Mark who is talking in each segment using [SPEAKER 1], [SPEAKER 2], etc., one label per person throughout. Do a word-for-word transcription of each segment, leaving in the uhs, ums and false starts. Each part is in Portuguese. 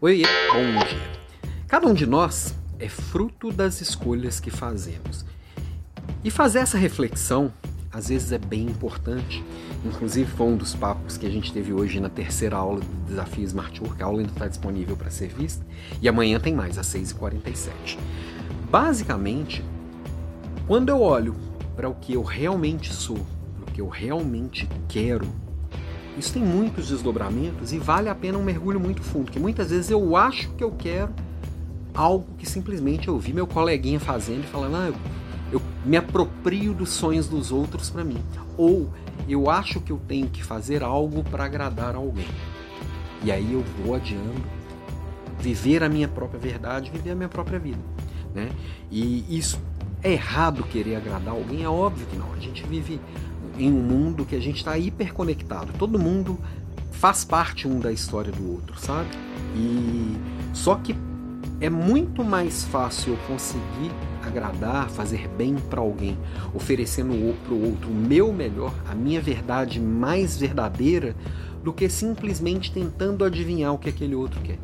[SPEAKER 1] Oi, bom dia. Cada um de nós é fruto das escolhas que fazemos. E fazer essa reflexão, às vezes, é bem importante. Inclusive, foi um dos papos que a gente teve hoje na terceira aula do Desafio Smart Work. A aula ainda está disponível para ser vista. E amanhã tem mais, às seis e quarenta e sete. Basicamente, quando eu olho para o que eu realmente sou, para o que eu realmente quero, isso tem muitos desdobramentos e vale a pena um mergulho muito fundo, porque muitas vezes eu acho que eu quero algo que simplesmente eu vi meu coleguinha fazendo e falando, ah, eu, eu me aproprio dos sonhos dos outros para mim. Ou eu acho que eu tenho que fazer algo para agradar alguém. E aí eu vou adiando, viver a minha própria verdade, viver a minha própria vida, né? E isso é errado querer agradar alguém? É óbvio que não. A gente vive em um mundo que a gente está hiperconectado. Todo mundo faz parte um da história do outro, sabe? E só que é muito mais fácil eu conseguir agradar, fazer bem para alguém, oferecendo para o outro o meu melhor, a minha verdade mais verdadeira, do que simplesmente tentando adivinhar o que aquele outro quer.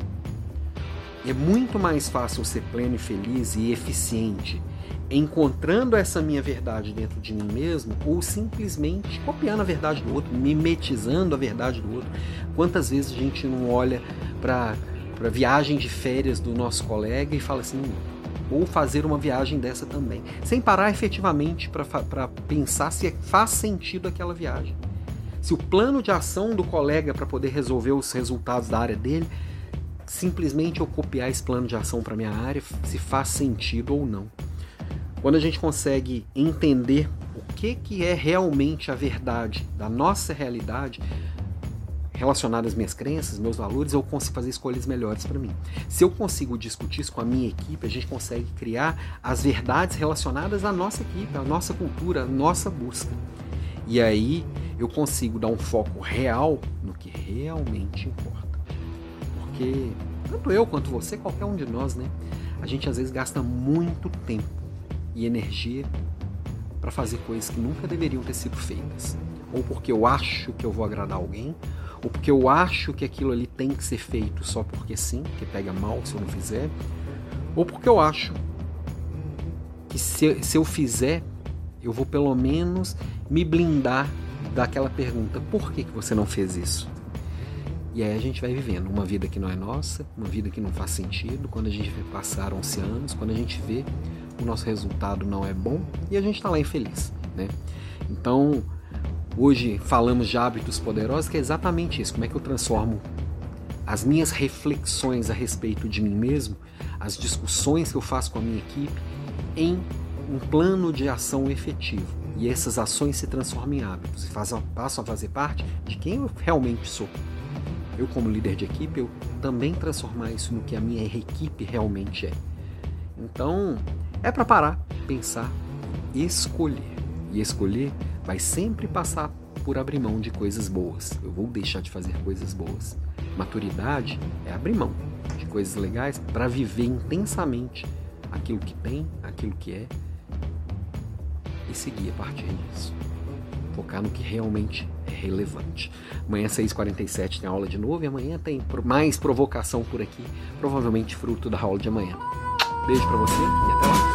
[SPEAKER 1] É muito mais fácil ser pleno e feliz e eficiente encontrando essa minha verdade dentro de mim mesmo, ou simplesmente copiando a verdade do outro, mimetizando a verdade do outro. Quantas vezes a gente não olha para a viagem de férias do nosso colega e fala assim, ou fazer uma viagem dessa também, sem parar efetivamente para pensar se faz sentido aquela viagem. Se o plano de ação do colega para poder resolver os resultados da área dele, simplesmente eu copiar esse plano de ação para minha área, se faz sentido ou não. Quando a gente consegue entender o que, que é realmente a verdade da nossa realidade, relacionada às minhas crenças, meus valores, eu consigo fazer escolhas melhores para mim. Se eu consigo discutir isso com a minha equipe, a gente consegue criar as verdades relacionadas à nossa equipe, à nossa cultura, à nossa busca. E aí eu consigo dar um foco real no que realmente importa. Porque tanto eu quanto você, qualquer um de nós, né? A gente às vezes gasta muito tempo e energia para fazer coisas que nunca deveriam ter sido feitas. Ou porque eu acho que eu vou agradar alguém, ou porque eu acho que aquilo ali tem que ser feito só porque sim, que pega mal se eu não fizer, ou porque eu acho que se, se eu fizer, eu vou pelo menos me blindar daquela pergunta, por que, que você não fez isso? E aí a gente vai vivendo uma vida que não é nossa, uma vida que não faz sentido, quando a gente vê passaram-se anos, quando a gente vê o nosso resultado não é bom e a gente está lá infeliz, né? Então, hoje falamos de hábitos poderosos, que é exatamente isso, como é que eu transformo as minhas reflexões a respeito de mim mesmo, as discussões que eu faço com a minha equipe, em um plano de ação efetivo. E essas ações se transformam em hábitos e fazem, passam a fazer parte de quem eu realmente sou. Eu, como líder de equipe, eu também transformar isso no que a minha equipe realmente é. Então, é para parar, pensar, escolher. E escolher vai sempre passar por abrir mão de coisas boas. Eu vou deixar de fazer coisas boas. Maturidade é abrir mão de coisas legais para viver intensamente aquilo que tem, aquilo que é, e seguir a partir disso. Focar no que realmente é relevante. Amanhã às seis e quarenta e sete tem aula de novo e amanhã tem mais provocação por aqui, provavelmente fruto da aula de amanhã. Beijo pra você e até lá.